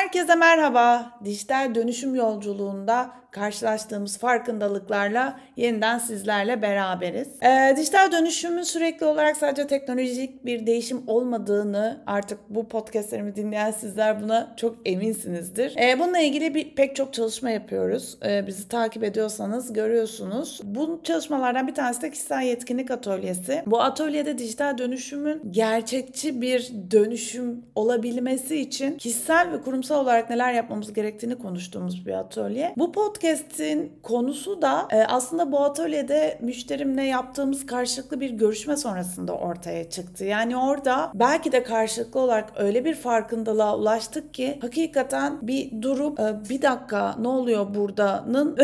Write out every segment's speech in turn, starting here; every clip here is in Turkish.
Herkese merhaba. Dijital dönüşüm yolculuğunda karşılaştığımız farkındalıklarla yeniden sizlerle beraberiz. Dijital dönüşümün sürekli olarak sadece teknolojik bir değişim olmadığını artık bu podcastlerimi dinleyen sizler buna çok eminsinizdir. Bununla ilgili pek çok çalışma yapıyoruz. Bizi takip ediyorsanız görüyorsunuz. Bu çalışmalardan bir tanesi de kişisel yetkinlik atölyesi. Bu atölyede dijital dönüşümün gerçekçi bir dönüşüm olabilmesi için kişisel ve kurumsal olarak neler yapmamız gerektiğini konuştuğumuz bir atölye. Bu podcast'in konusu da aslında bu atölyede müşterimle yaptığımız karşılıklı bir görüşme sonrasında ortaya çıktı. Yani orada belki de karşılıklı olarak öyle bir farkındalığa ulaştık ki hakikaten bir durup bir dakika ne oluyor burada'nın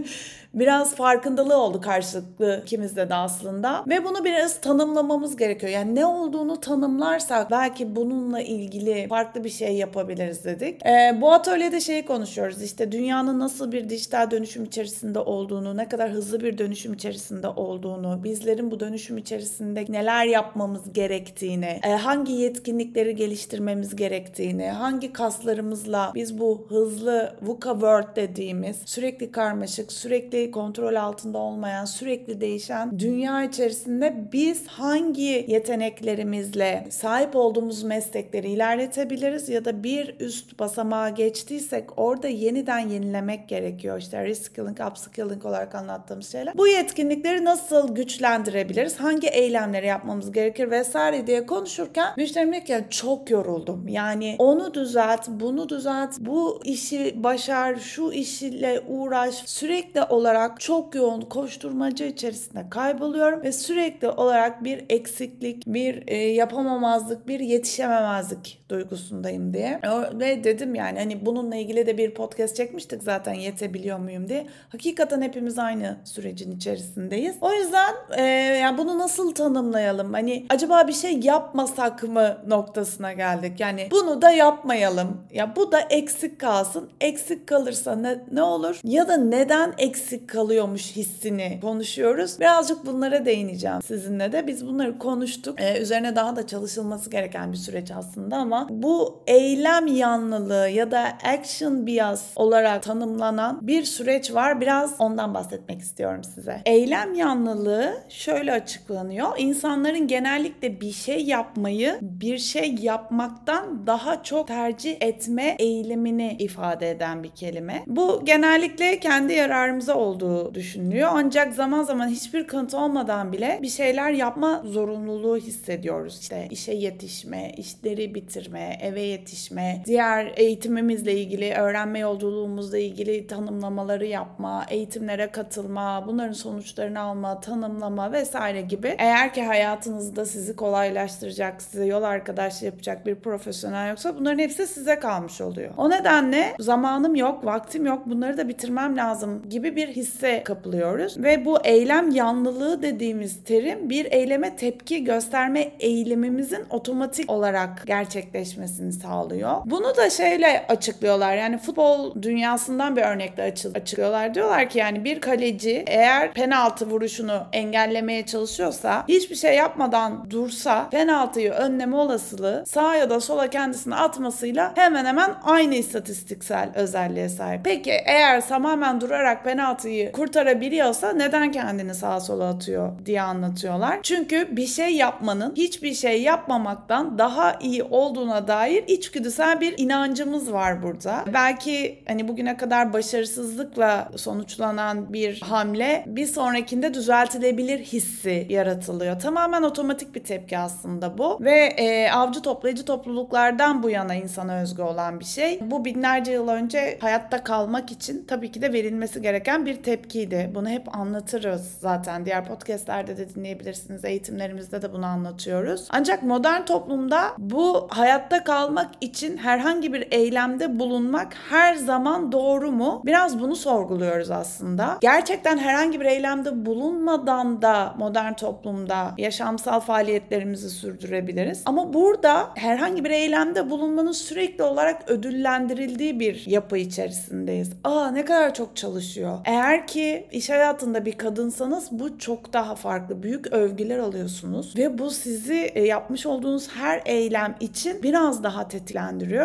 biraz farkındalığı oldu karşılıklı ikimizde de aslında. Ve bunu biraz tanımlamamız gerekiyor. Yani ne olduğunu tanımlarsak belki bununla ilgili farklı bir şey yapabiliriz dedik. Bu atölyede şeyi konuşuyoruz. İşte dünyanın nasıl bir dijital dönüşüm içerisinde olduğunu, ne kadar hızlı bir dönüşüm içerisinde olduğunu, bizlerin bu dönüşüm içerisinde neler yapmamız gerektiğini, hangi yetkinlikleri geliştirmemiz gerektiğini, hangi kaslarımızla biz bu hızlı VUCA world dediğimiz sürekli karmaşık, sürekli kontrol altında olmayan, sürekli değişen dünya içerisinde biz hangi yeteneklerimizle sahip olduğumuz meslekleri ilerletebiliriz ya da bir üst basamağa geçtiysek orada yeniden yenilemek gerekiyor. İşte reskilling, upskilling olarak anlattığımız şeyler. Bu yetkinlikleri nasıl güçlendirebiliriz? Hangi eylemleri yapmamız gerekir vesaire diye konuşurken müşterim dedi ki çok yoruldum. Yani onu düzelt, bunu düzelt, bu işi başar, şu işle uğraş, sürekli olarak çok yoğun koşturmaca içerisinde kayboluyorum ve sürekli olarak bir eksiklik, bir yapamamazlık, bir yetişememezlik duygusundayım diye. Ve dedim yani hani bununla ilgili de bir podcast çekmiştik zaten yetebiliyor muyum diye. Hakikaten hepimiz aynı sürecin içerisindeyiz. O yüzden yani bunu nasıl tanımlayalım? Hani acaba bir şey yapmasak mı noktasına geldik. Yani bunu da yapmayalım. Ya bu da eksik kalsın. Eksik kalırsa ne olur? Ya da neden eksik kalıyormuş hissini konuşuyoruz. Birazcık bunlara değineceğim sizinle de. Biz bunları konuştuk. Üzerine daha da çalışılması gereken bir süreç aslında ama bu eylem yanlılığı ya da action bias olarak tanımlanan bir süreç var. Biraz ondan bahsetmek istiyorum size. Eylem yanlılığı şöyle açıklanıyor. İnsanların genellikle bir şey yapmayı bir şey yapmaktan daha çok tercih etme eğilimini ifade eden bir kelime. Bu genellikle kendi yararımıza olduğu düşünülüyor. Ancak zaman zaman hiçbir kanıt olmadan bile bir şeyler yapma zorunluluğu hissediyoruz. İşte işe yetişme, işleri bitirme, eve yetişme, diğer eğitimimizle ilgili, öğrenme yolculuğumuzla ilgili tanımlamaları yapma, eğitimlere katılma, bunların sonuçlarını alma, tanımlama vesaire gibi. Eğer ki hayatınızda sizi kolaylaştıracak, size yol arkadaşlığı yapacak bir profesyonel yoksa bunların hepsi size kalmış oluyor. O nedenle zamanım yok, vaktim yok, bunları da bitirmem lazım gibi bir hisse kapılıyoruz. Ve bu eylem yanlılığı dediğimiz terim bir eyleme tepki gösterme eylemimizin otomatik olarak gerçekleşmesini sağlıyor. Bunu da şeyle açıklıyorlar. Yani futbol dünyasından bir örnekle açıklıyorlar. Diyorlar ki yani bir kaleci eğer penaltı vuruşunu engellemeye çalışıyorsa hiçbir şey yapmadan dursa penaltıyı önleme olasılığı sağa ya da sola kendisini atmasıyla hemen hemen aynı istatistiksel özelliğe sahip. Peki eğer tamamen durarak penaltıyı kurtarabiliyorsa neden kendini sağa sola atıyor diye anlatıyorlar. Çünkü bir şey yapmanın hiçbir şey yapmamaktan daha iyi olduğuna dair içgüdüsel bir inancımız var burada. Belki hani bugüne kadar başarısızlıkla sonuçlanan bir hamle bir sonrakinde düzeltilebilir hissi yaratılıyor. Tamamen otomatik bir tepki aslında bu ve avcı toplayıcı topluluklardan bu yana insana özgü olan bir şey. Bu binlerce yıl önce hayatta kalmak için tabii ki de verilmesi gereken bir tepkiydi. Bunu hep anlatırız zaten. Diğer podcastlerde de dinleyebilirsiniz. Eğitimlerimizde de bunu anlatıyoruz. Ancak modern toplumda bu hayatta kalmak için herhangi bir eylemde bulunmak her zaman doğru mu? Biraz bunu sorguluyoruz aslında. Gerçekten herhangi bir eylemde bulunmadan da modern toplumda yaşamsal faaliyetlerimizi sürdürebiliriz. Ama burada herhangi bir eylemde bulunmanın sürekli olarak ödüllendirildiği bir yapı içerisindeyiz. Ne kadar çok çalışıyor. Eğer ki iş hayatında bir kadınsanız bu çok daha farklı. Büyük övgüler alıyorsunuz ve bu sizi yapmış olduğunuz her eylem için biraz daha tetiklendiriyor. Biraz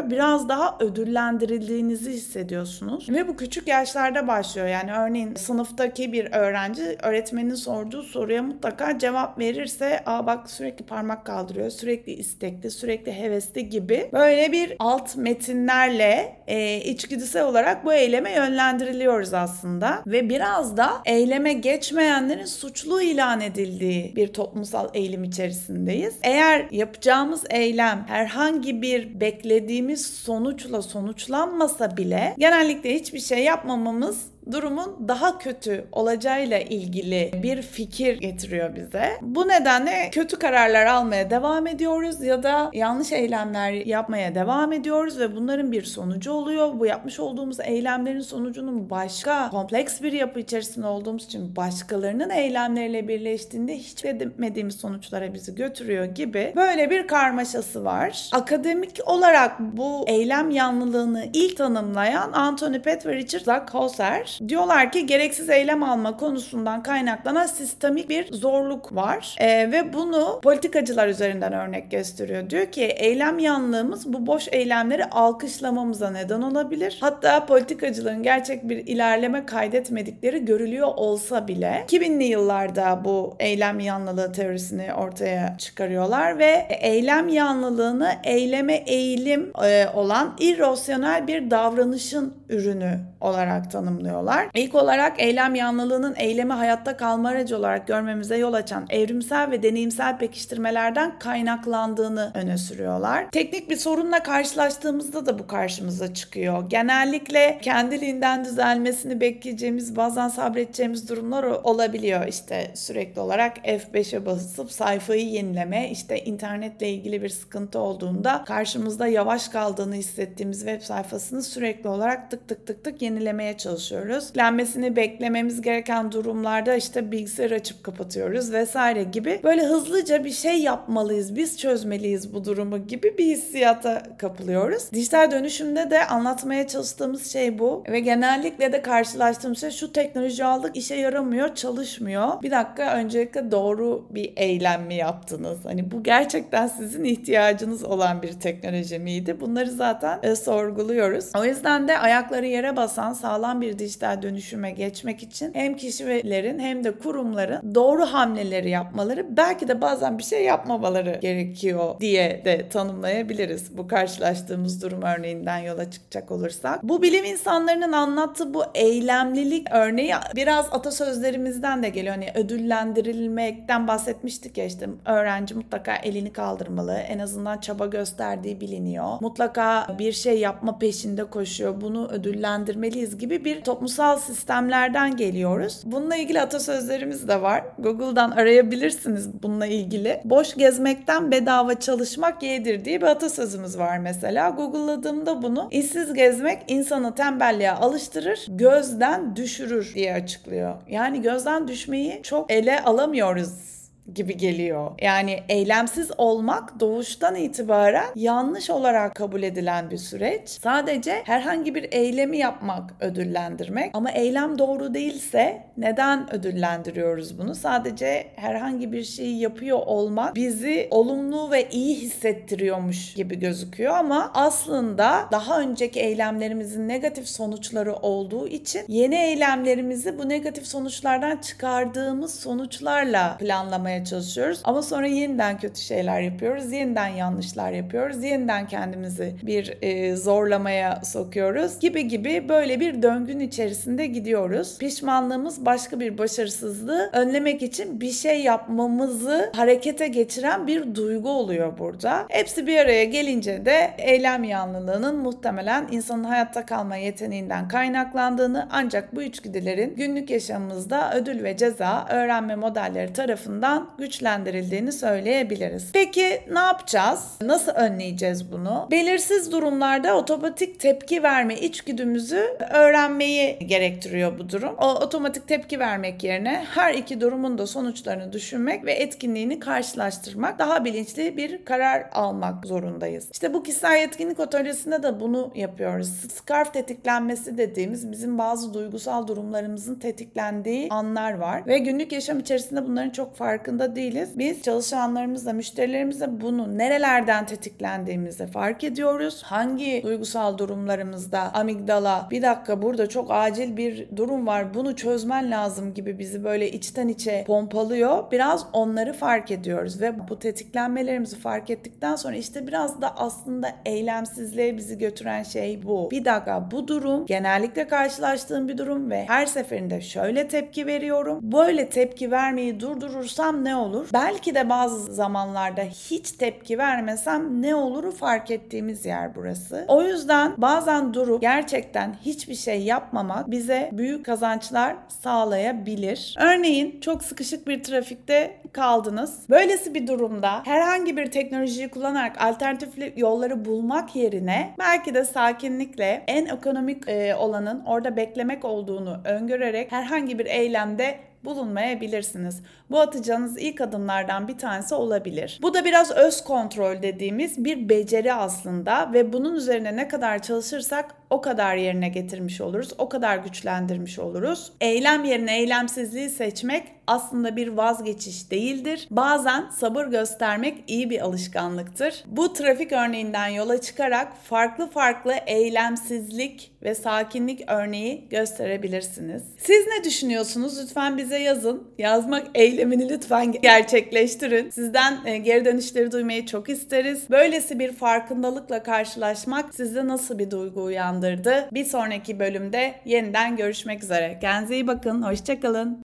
biraz daha ödüllendirildiğinizi hissediyorsunuz. Ve bu küçük yaşlarda başlıyor. Yani örneğin sınıftaki bir öğrenci öğretmenin sorduğu soruya mutlaka cevap verirse, bak sürekli parmak kaldırıyor, sürekli istekli, sürekli hevesli gibi böyle bir alt metinlerle içgüdüsel olarak bu eyleme yönlendiriliyoruz aslında. Ve biraz da eyleme geçmeyenlerin suçlu ilan edildiği bir toplumsal eğilim içerisindeyiz. Eğer yapacağımız eylem herhangi bir beklediğimiz sonuçla sonuçlanmasa bile genellikle hiçbir şey yapmamamız durumun daha kötü olacağıyla ilgili bir fikir getiriyor bize. Bu nedenle kötü kararlar almaya devam ediyoruz ya da yanlış eylemler yapmaya devam ediyoruz ve bunların bir sonucu oluyor. Bu yapmış olduğumuz eylemlerin sonucunun başka kompleks bir yapı içerisinde olduğumuz için başkalarının eylemleriyle birleştiğinde hiç beklemediğimiz sonuçlara bizi götürüyor gibi böyle bir karmaşası var. Akademik olarak bu eylem yanlılığını ilk tanımlayan Anthony Pett ve Richard Zuckhauser diyorlar ki gereksiz eylem alma konusundan kaynaklanan sistemik bir zorluk var ve bunu politikacılar üzerinden örnek gösteriyor. Diyor ki eylem yanlılığımız bu boş eylemleri alkışlamamıza neden olabilir. Hatta politikacıların gerçek bir ilerleme kaydetmedikleri görülüyor olsa bile 2000'li yıllarda bu eylem yanlılığı teorisini ortaya çıkarıyorlar ve eylem yanlılığını eyleme eğilim olan irrasyonel bir davranışın ürünü olarak tanımlıyorlar. İlk olarak eylem yanlılığının eylemi hayatta kalma aracı olarak görmemize yol açan evrimsel ve deneyimsel pekiştirmelerden kaynaklandığını öne sürüyorlar. Teknik bir sorunla karşılaştığımızda da bu karşımıza çıkıyor. Genellikle kendiliğinden düzelmesini bekleyeceğimiz, bazen sabredeceğimiz durumlar olabiliyor. İşte sürekli olarak F5'e basıp sayfayı yenileme, işte internetle ilgili bir sıkıntı olduğunda karşımızda yavaş kaldığını hissettiğimiz web sayfasını sürekli olarak tık tık tık tık yenilemeye çalışıyoruz. Yüklenmesini beklememiz gereken durumlarda işte bilgisayarı açıp kapatıyoruz vesaire gibi. Böyle hızlıca bir şey yapmalıyız, biz çözmeliyiz bu durumu gibi bir hissiyata kapılıyoruz. Dijital dönüşümde de anlatmaya çalıştığımız şey bu ve genellikle de karşılaştığımız şey şu: teknoloji aldık, işe yaramıyor, çalışmıyor. Bir dakika, öncelikle doğru bir eylem mi yaptınız? Hani bu gerçekten sizin ihtiyacınız olan bir teknoloji miydi? Bunları zaten sorguluyoruz. O yüzden de ayakları yere basan sağlam bir dijital dönüşüme geçmek için hem kişilerin hem de kurumların doğru hamleleri yapmaları, belki de bazen bir şey yapmamaları gerekiyor diye de tanımlayabiliriz. Bu karşılaştığımız durum örneğinden yola çıkacak olursak. Bu bilim insanlarının anlattığı bu eylemlilik örneği biraz atasözlerimizden de geliyor. Hani ödüllendirilmekten bahsetmiştik ya, işte öğrenci mutlaka elini kaldırmalı, en azından çaba gösterdiği biliniyor. Mutlaka bir şey yapma peşinde koşuyor, bunu ödüllendirmeliyiz gibi bir toplumsal sistemlerden geliyoruz. Bununla ilgili atasözlerimiz de var. Google'dan arayabilirsiniz bununla ilgili. Boş gezmekten bedava çalışmak yeğdir diye bir atasözümüz var mesela. Google'ladığımda bunu işsiz gezmek insanı tembelliğe alıştırır, gözden düşürür diye açıklıyor. Yani gözden düşmeyi çok ele alamıyoruz gibi geliyor. Yani eylemsiz olmak doğuştan itibaren yanlış olarak kabul edilen bir süreç. Sadece herhangi bir eylemi yapmak ödüllendirmek. Ama eylem doğru değilse neden ödüllendiriyoruz bunu? Sadece herhangi bir şeyi yapıyor olmak bizi olumlu ve iyi hissettiriyormuş gibi gözüküyor ama aslında daha önceki eylemlerimizin negatif sonuçları olduğu için yeni eylemlerimizi bu negatif sonuçlardan çıkardığımız sonuçlarla planlamaya çalışıyoruz. Ama sonra yeniden kötü şeyler yapıyoruz, yeniden yanlışlar yapıyoruz, yeniden kendimizi bir zorlamaya sokuyoruz gibi böyle bir döngünün içerisinde gidiyoruz. Pişmanlığımız başka bir başarısızlığı önlemek için bir şey yapmamızı harekete geçiren bir duygu oluyor burada. Hepsi bir araya gelince de eylem yanlılığının muhtemelen insanın hayatta kalma yeteneğinden kaynaklandığını, ancak bu içgüdülerin günlük yaşamımızda ödül ve ceza öğrenme modelleri tarafından güçlendirildiğini söyleyebiliriz. Peki ne yapacağız? Nasıl önleyeceğiz bunu? Belirsiz durumlarda otomatik tepki verme içgüdümüzü öğrenmeyi gerektiriyor bu durum. O otomatik tepki vermek yerine her iki durumun da sonuçlarını düşünmek ve etkinliğini karşılaştırmak, daha bilinçli bir karar almak zorundayız. İşte bu kişisel yetkinlik atölyesinde de bunu yapıyoruz. Scarf tetiklenmesi dediğimiz bizim bazı duygusal durumlarımızın tetiklendiği anlar var ve günlük yaşam içerisinde bunların çok farkında farkında değiliz. Biz çalışanlarımızla, müşterilerimizle bunu nerelerden tetiklendiğimizi fark ediyoruz. Hangi duygusal durumlarımızda amigdala bir dakika burada çok acil bir durum var, bunu çözmen lazım gibi bizi böyle içten içe pompalıyor. Biraz onları fark ediyoruz ve bu tetiklenmelerimizi fark ettikten sonra işte biraz da aslında eylemsizliğe bizi götüren şey bu. Bir dakika, bu durum genellikle karşılaştığım bir durum ve her seferinde şöyle tepki veriyorum. Böyle tepki vermeyi durdurursam ne olur? Belki de bazı zamanlarda hiç tepki vermesem ne oluru fark ettiğimiz yer burası. O yüzden bazen durup gerçekten hiçbir şey yapmamak bize büyük kazançlar sağlayabilir. Örneğin çok sıkışık bir trafikte kaldınız. Böylesi bir durumda herhangi bir teknolojiyi kullanarak alternatif yolları bulmak yerine belki de sakinlikle en ekonomik olanın orada beklemek olduğunu öngörerek herhangi bir eylemde bulunmayabilirsiniz. Bu atacağınız ilk adımlardan bir tanesi olabilir. Bu da biraz öz kontrol dediğimiz bir beceri aslında ve bunun üzerine ne kadar çalışırsak o kadar yerine getirmiş oluruz, o kadar güçlendirmiş oluruz. Eylem yerine eylemsizliği seçmek aslında bir vazgeçiş değildir. Bazen sabır göstermek iyi bir alışkanlıktır. Bu trafik örneğinden yola çıkarak farklı eylemsizlik ve sakinlik örneği gösterebilirsiniz. Siz ne düşünüyorsunuz? Lütfen bize yazın. Yazmak eylemini lütfen gerçekleştirin. Sizden geri dönüşleri duymayı çok isteriz. Böylesi bir farkındalıkla karşılaşmak sizde nasıl bir duygu uyandırdı? Bir sonraki bölümde yeniden görüşmek üzere. Kendinize iyi bakın. Hoşça kalın.